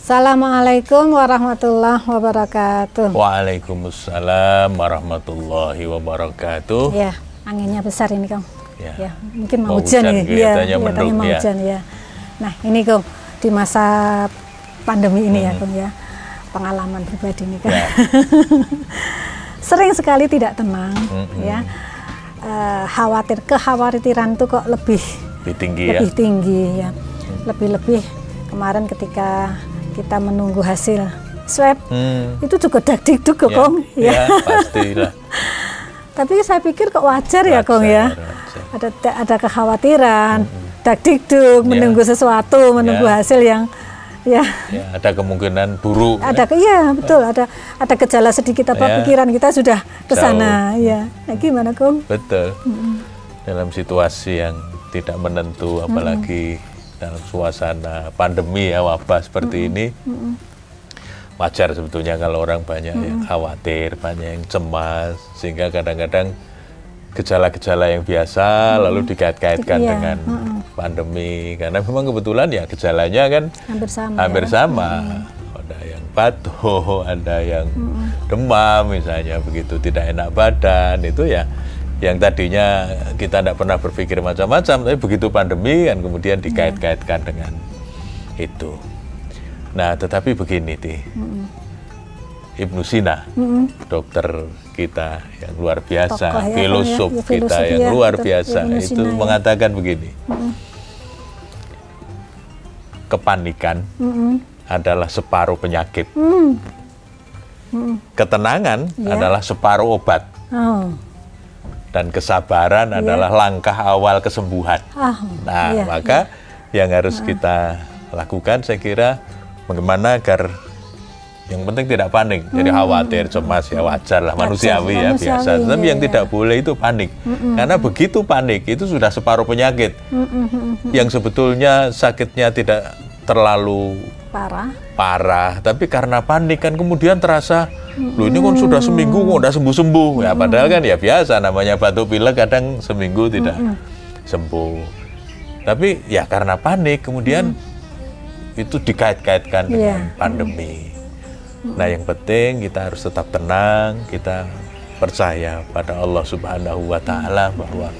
Assalamualaikum warahmatullahi wabarakatuh. Waalaikumsalam warahmatullahi wabarakatuh. Ya, anginnya besar ini, Kang. Ya, mungkin mau hujan nih. Kelihatannya mau hujan ya. Nah, ini Kang, di masa pandemi ini ya, Kang ya. Pengalaman pribadi ini, Kang. Ya. Sering sekali tidak tenang, ya. Kekhawatiran tuh kok lebih tinggi ya. Lebih kemarin ketika kita menunggu hasil swab, itu juga dagdikduk kok, Kong. Ya, pastilah. Tapi saya pikir kok wajar ya, Kong ya. Ada kekhawatiran, dagdikduk, menunggu sesuatu, menunggu hasil yang ada kemungkinan buruk. Iya, betul. Ada gejala sedikit apa pikiran kita sudah ke sana. Ya. Nah, gimana, Kong? Betul. Dalam situasi yang tidak menentu, apalagi dalam suasana pandemi ya, wabah seperti ini, wajar sebetulnya kalau orang banyak yang khawatir, banyak yang cemas, sehingga kadang-kadang gejala-gejala yang biasa lalu dikait-kaitkan dengan pandemi, karena memang kebetulan ya gejalanya kan hampir sama. Ada yang batuk, ada yang demam misalnya, begitu tidak enak badan, itu ya yang tadinya kita tidak pernah berpikir macam-macam, tapi begitu pandemi kan kemudian dikait-kaitkan dengan itu. Nah, tetapi begini, Ibnu Sina, dokter kita yang luar biasa, filosof kita yang luar biasa, itu mengatakan begini, kepanikan adalah separuh penyakit, ketenangan adalah separuh obat. Dan kesabaran adalah langkah awal kesembuhan. Maka yang harus kita lakukan, saya kira, bagaimana agar yang penting tidak panik. Jadi khawatir, cemas ya wajar lah, manusiawi ya, biasa. Tapi yang tidak boleh itu panik. Karena begitu panik, itu sudah separuh penyakit. Yang sebetulnya sakitnya tidak terlalu parah, tapi karena panik kan kemudian terasa, loh ini kan sudah seminggu kok udah sembuh-sembuh. Ya padahal kan ya biasa, namanya batuk pilek kadang seminggu tidak sembuh. Tapi ya karena panik kemudian itu dikait-kaitkan dengan pandemi. Nah, yang penting kita harus tetap tenang, kita percaya pada Allah Subhanahu wa Ta'ala bahwa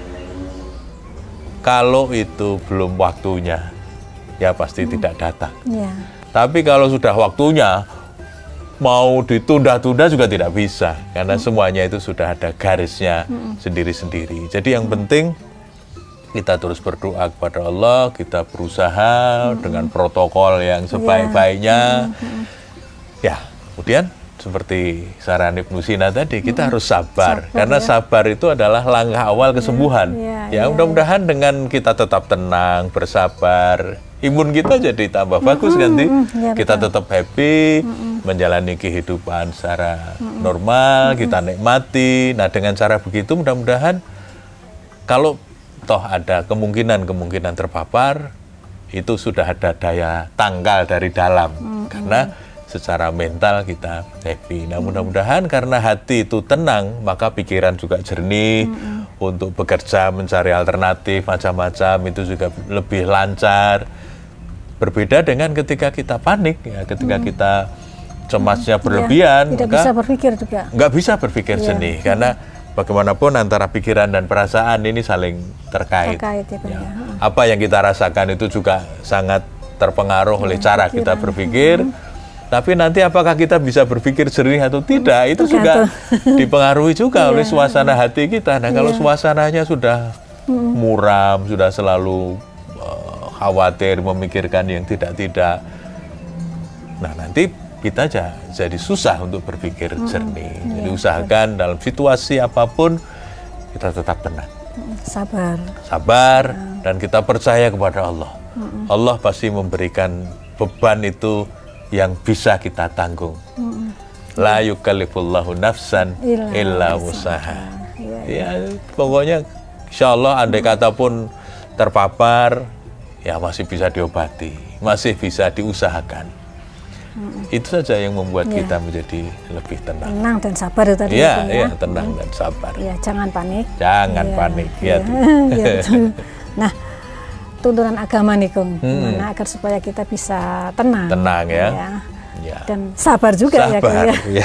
kalau itu belum waktunya, ya pasti tidak datang. Tapi kalau sudah waktunya, mau ditunda-tunda juga tidak bisa, karena semuanya itu sudah ada garisnya sendiri-sendiri. Jadi yang penting kita terus berdoa kepada Allah, kita berusaha dengan protokol yang sebaik-baiknya. Ya, kemudian seperti saran Ibnu Sina tadi, kita harus sabar, karena sabar itu adalah langkah awal kesembuhan. Mudah-mudahan dengan kita tetap tenang, bersabar, imun kita jadi tambah bagus ganti. Kita tetap happy, menjalani kehidupan secara normal, kita nikmati. Nah, dengan cara begitu mudah-mudahan kalau toh ada kemungkinan terpapar, itu sudah ada daya tangkal dari dalam, karena secara mental kita happy. Nah, mudah-mudahan karena hati itu tenang, maka pikiran juga jernih untuk bekerja, mencari alternatif macam-macam, itu juga lebih lancar. Berbeda dengan ketika kita panik, ya, ketika kita cemasnya berlebihan, tidak bisa berpikir juga. Nggak bisa berpikir jernih, karena bagaimanapun antara pikiran dan perasaan ini saling terkait. Ya. Apa yang kita rasakan itu juga sangat terpengaruh oleh cara kita berpikir. Tapi nanti apakah kita bisa berpikir jernih atau tidak, itu juga dipengaruhi juga oleh suasana hati kita. Nah, kalau suasananya sudah muram, sudah selalu khawatir, memikirkan yang tidak-tidak, nah nanti kita jadi susah untuk berpikir jernih. Jadi usahakan dalam situasi apapun kita tetap tenang, sabar, dan kita percaya kepada Allah. Allah pasti memberikan beban itu yang bisa kita tanggung. La yukallifullahu nafsan illa wusaha. Ya, pokoknya insya Allah andai kata pun terpapar, ya masih bisa diobati, masih bisa diusahakan. Itu saja yang membuat kita menjadi lebih tenang. Tenang dan sabar itu tadi. Iya, tenang dan sabar. Ya, jangan panik. Jangan panik. Ya. Nah, tuntunan agama nih Kung, gimana agar supaya kita bisa tenang. Tenang ya. Ya. Dan sabar juga ya Kung ya. Ya.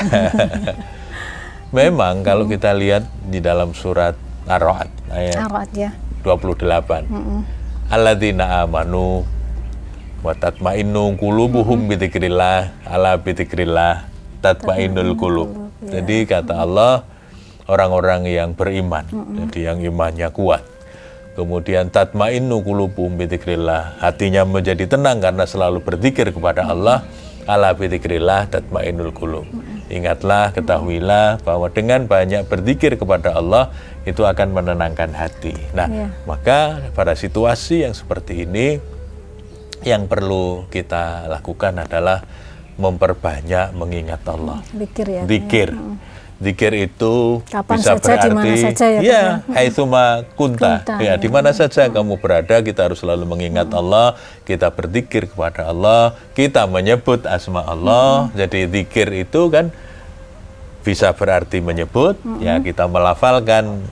Memang kalau kita lihat di dalam surat Ar-Ra'd ayat ya. 28. Alladzina amanu wa tatmainnu qulubuhum bi dzikrillah, ala bi dzikrillah tatmainnul qulub. Jadi kata Allah, orang-orang yang beriman, jadi yang imannya kuat. Kemudian tatmainnu qulubuhum bi dzikrillah, hatinya menjadi tenang karena selalu berzikir kepada Allah. Ala bi dzikrillah tatmainnul qulub. Ingatlah, ketahuilah bahwa dengan banyak berzikir kepada Allah itu akan menenangkan hati. Nah, maka pada situasi yang seperti ini yang perlu kita lakukan adalah memperbanyak mengingat Allah. Zikir ya. Zikir. Zikir itu kapan bisa saja, berarti saja, ya, haitsuma kunta. Ya, di mana saja kamu berada, kita harus selalu mengingat Allah, kita berzikir kepada Allah, kita menyebut asma Allah. Jadi zikir itu kan bisa berarti menyebut, ya kita melafalkan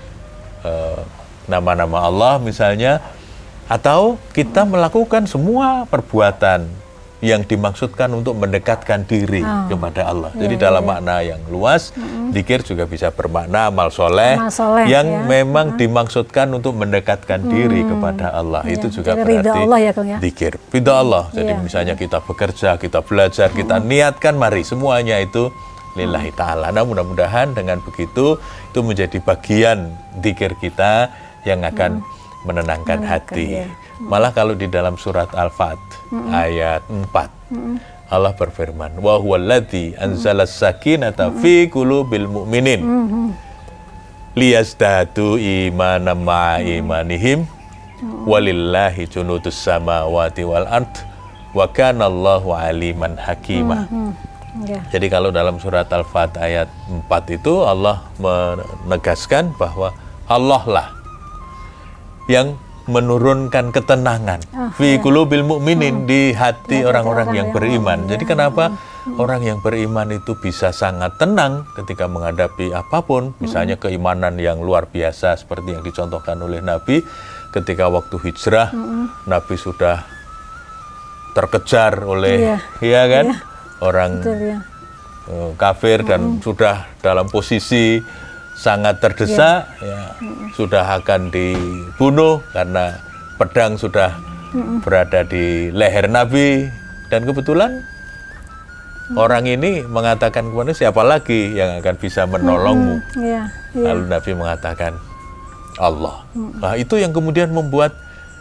nama-nama Allah misalnya, atau kita melakukan semua perbuatan yang dimaksudkan untuk mendekatkan diri kepada Allah. Jadi dalam makna yang luas, zikir juga bisa bermakna amal soleh yang memang dimaksudkan untuk mendekatkan diri kepada Allah. Itu juga berarti zikir. Ridha Allah. Jadi misalnya kita bekerja, kita belajar, kita niatkan, mari semuanya itu lillahi ta'ala. Nah, mudah-mudahan dengan begitu itu menjadi bagian zikir kita yang akan menenangkan hati. Malah kalau di dalam surat Al-Fat ayat 4 Allah berfirman, wa huwallazi anzalas sakinata fi qulubil mu'minin liyazdadu imanan ma'a imanihim walillahi junudus samawati wal ard wa kana Allahu aliman hakima. Jadi kalau dalam surat Al-Fat ayat 4 itu Allah menegaskan bahwa Allah lah yang menurunkan ketenangan fi qulubil mu'minin, di hati orang-orang yang beriman. Jadi kenapa orang yang beriman itu bisa sangat tenang ketika menghadapi apapun, misalnya keimanan yang luar biasa seperti yang dicontohkan oleh Nabi ketika waktu hijrah. Nabi sudah terkejar oleh orang kafir dan sudah dalam posisi sangat terdesak, sudah akan dibunuh karena pedang sudah berada di leher Nabi, dan kebetulan orang ini mengatakan kepada siapa lagi yang akan bisa menolongmu. Lalu Nabi mengatakan Allah. Nah, itu yang kemudian membuat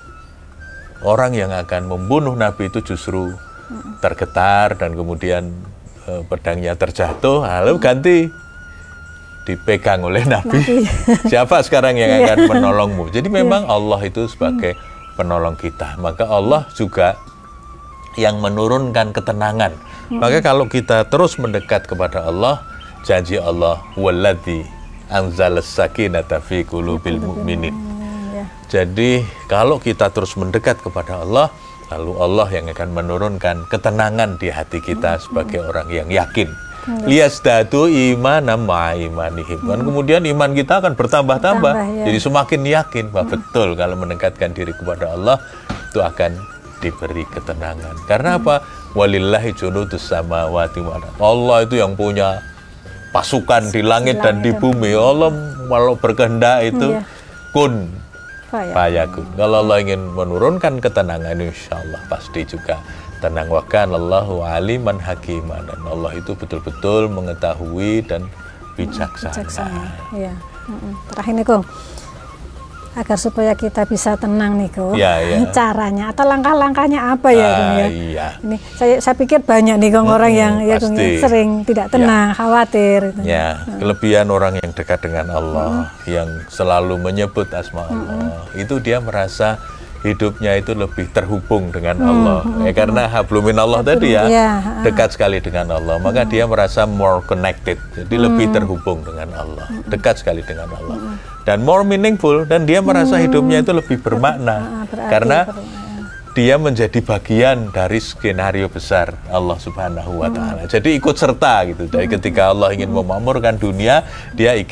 orang yang akan membunuh Nabi itu justru tergetar dan kemudian pedangnya terjatuh, lalu ganti dipegang oleh Nabi. Siapa sekarang yang akan menolongmu? Jadi memang Allah itu sebagai penolong kita. Maka Allah juga yang menurunkan ketenangan. Maka kalau kita terus mendekat kepada Allah, janji Allah, walladzi anzalas sakinata fi qulubil mu'minin. Jadi kalau kita terus mendekat kepada Allah, lalu Allah yang akan menurunkan ketenangan di hati kita sebagai orang yang yakin. Liyazdadu imanan ma'a imanihim. Dan kemudian iman kita akan bertambah-tambah. Jadi semakin yakin bahwa betul kalau mendekatkan diri kepada Allah itu akan diberi ketenangan. Karena apa? Walillahi junudus samawati wal ard. Allah itu yang punya pasukan di langit dan di bumi. Allah kalau berkehendak itu kun fayakun. Kalau Allah ingin menurunkan ketenangan, insya Allah pasti juga tenang. Wa kana Allahu aliman hakiman, dan Allah itu betul-betul mengetahui dan bijaksana. Iya. Terakhir nih Kung, agar supaya kita bisa tenang nih Kung, caranya atau langkah-langkahnya apa ya Kung ya? Ini saya pikir banyak nih Kung orang yang Kung, sering tidak tenang, khawatir. Gitu. Kelebihan orang yang dekat dengan Allah, yang selalu menyebut asma Allah, itu dia merasa hidupnya itu lebih terhubung dengan Allah. Karena hablumin Allah tadi dekat sekali dengan Allah, maka dia merasa more connected, jadi lebih terhubung dengan Allah, dekat sekali dengan Allah, dan more meaningful, dan dia merasa hidupnya itu lebih bermakna karena dia menjadi bagian dari skenario besar Allah Subhanahu wa Ta'ala. Jadi ikut serta gitu. Dari ketika Allah ingin memakmurkan dunia, dia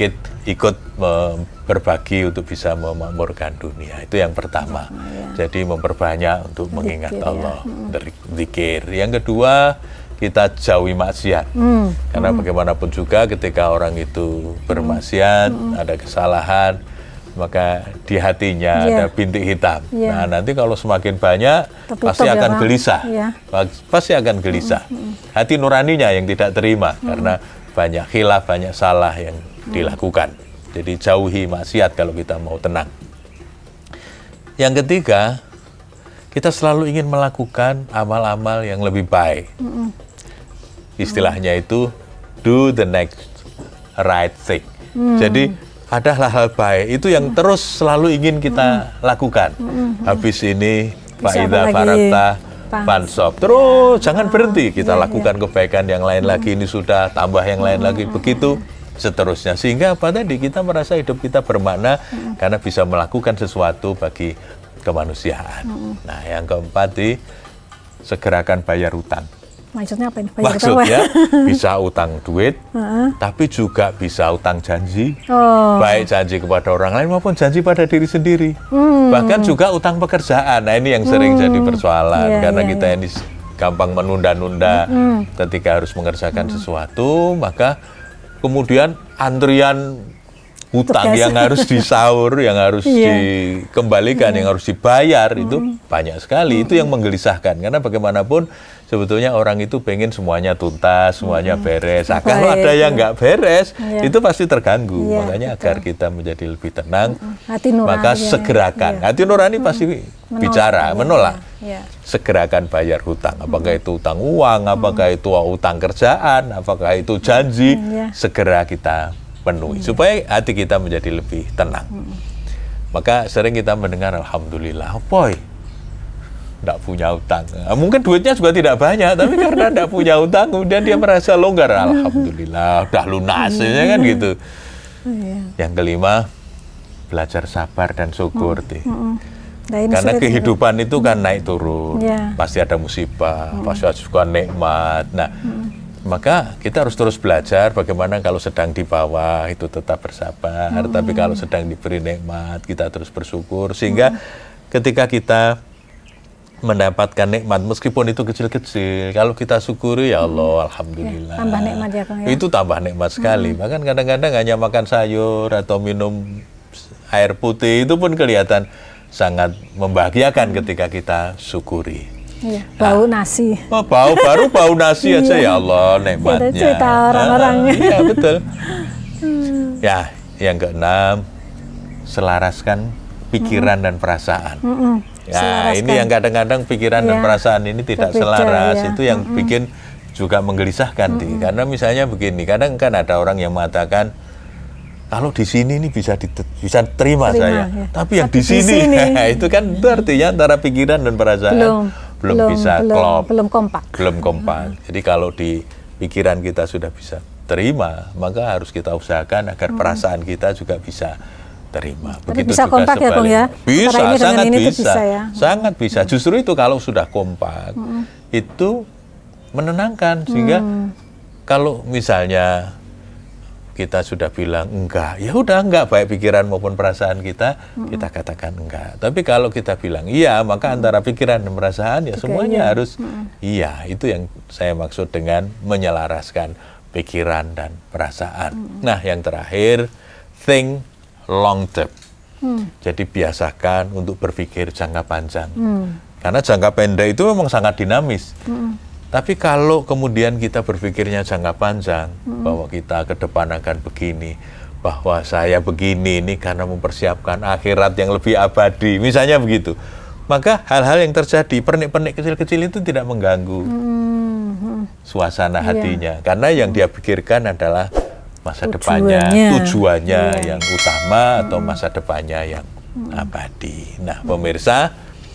ikut berbagi untuk bisa memakmurkan dunia. Itu yang pertama. Jadi memperbanyak untuk mengingat Allah, berzikir. Yang kedua, kita jauhi maksiat. Karena bagaimanapun juga ketika orang itu bermaksiat, ada kesalahan, maka di hatinya ada bintik hitam. Nah, nanti kalau semakin banyak, pasti akan gelisah. Pasti akan gelisah. Hati nuraninya yang tidak terima, karena banyak khilaf, banyak salah yang dilakukan. Jadi jauhi maksiat kalau kita mau tenang. Yang ketiga, kita selalu ingin melakukan amal-amal yang lebih baik. Istilahnya itu do the next right thing. Jadi ada hal-hal baik itu yang terus selalu ingin kita lakukan. Habis ini fa'idha farakta fansop. Terus jangan berhenti, kita lakukan kebaikan yang lain lagi, ini sudah tambah yang lain lagi, begitu seterusnya. Sehingga apa tadi, kita merasa hidup kita bermakna karena bisa melakukan sesuatu bagi kemanusiaan. Nah, yang keempat, segerakan bayar utang. Maksudnya apa ini? Maksudnya bisa utang duit, tapi juga bisa utang janji. Baik janji kepada orang lain maupun janji pada diri sendiri. Bahkan juga utang pekerjaan. Nah, ini yang sering jadi persoalan karena kita ini gampang menunda-nunda ketika harus mengerjakan sesuatu, maka kemudian antrian hutang yang harus disaur, yang harus dikembalikan, yang harus dibayar, itu banyak sekali. Itu yang menggelisahkan, karena bagaimanapun sebetulnya orang itu pengen semuanya tuntas, semuanya beres. Nah, kalau ada yang nggak beres, itu pasti terganggu. Makanya agar kita menjadi lebih tenang, maka segerakan. Hati nurani pasti bicara, menolak. Segerakan bayar hutang. Apakah itu utang uang, apakah itu utang kerjaan, apakah itu janji, segera kita penuhi, supaya hati kita menjadi lebih tenang. Maka sering kita mendengar, alhamdulillah, boy, tidak punya utang. Mungkin duitnya juga tidak banyak, tapi karena tidak punya utang, kemudian dia merasa longgar. Alhamdulillah, udah lunas, ya kan gitu. Yang kelima, belajar sabar dan syukur. Karena kehidupan itu kan naik turun, pasti ada musibah, pasti juga nikmat. Nah, maka kita harus terus belajar bagaimana kalau sedang di bawah itu tetap bersabar, tapi kalau sedang diberi nikmat kita terus bersyukur, sehingga ketika kita mendapatkan nikmat meskipun itu kecil-kecil, kalau kita syukuri, ya Allah, alhamdulillah, tambah nikmat ya, Kang, ya? Itu tambah nikmat sekali. Bahkan kadang-kadang hanya makan sayur atau minum air putih itu pun kelihatan sangat membahagiakan ketika kita syukuri. Bau nasi. Bau nasi aja, ya Allah, nikmatnya. Itu cerita orang-orangnya. Iya, betul. Ya, yang keenam, selaraskan pikiran dan perasaan. Ya, ini yang kadang-kadang pikiran dan perasaan ini tidak selaras. Itu yang bikin juga menggelisahkan. Karena misalnya begini, kadang kan ada orang yang mengatakan, kalau di sini ini bisa terima saya, tapi yang di sini, itu kan itu artinya antara pikiran dan perasaan belum bisa klop, belum kompak. Jadi kalau di pikiran kita sudah bisa terima, maka harus kita usahakan agar perasaan kita juga bisa terima. Begitu bisa juga kompak ya, Bung, ya? Bisa, sangat bisa, ya? Sangat bisa. Justru itu kalau sudah kompak, itu menenangkan, sehingga kalau misalnya kita sudah bilang enggak, ya udah enggak, baik pikiran maupun perasaan kita, kita katakan enggak. Tapi kalau kita bilang iya, maka antara pikiran dan perasaan ya semuanya harus iya. Itu yang saya maksud dengan menyelaraskan pikiran dan perasaan. Nah, yang terakhir, think long term. Jadi biasakan untuk berpikir jangka panjang. Karena jangka pendek itu memang sangat dinamis. Tapi kalau kemudian kita berpikirnya jangka panjang, bahwa kita ke depan akan begini, bahwa saya begini ini karena mempersiapkan akhirat yang lebih abadi, misalnya begitu, maka hal-hal yang terjadi, pernik-pernik kecil-kecil itu tidak mengganggu suasana hatinya. Karena yang dia pikirkan adalah masa depannya, tujuannya yang utama, atau masa depannya yang abadi. Nah, pemirsa,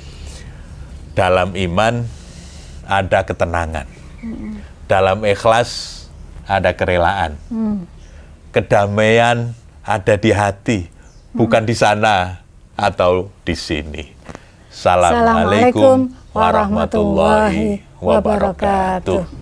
dalam iman ada ketenangan, dalam ikhlas ada kerelaan, kedamaian ada di hati, bukan di sana atau di sini. Assalamualaikum warahmatullahi wabarakatuh.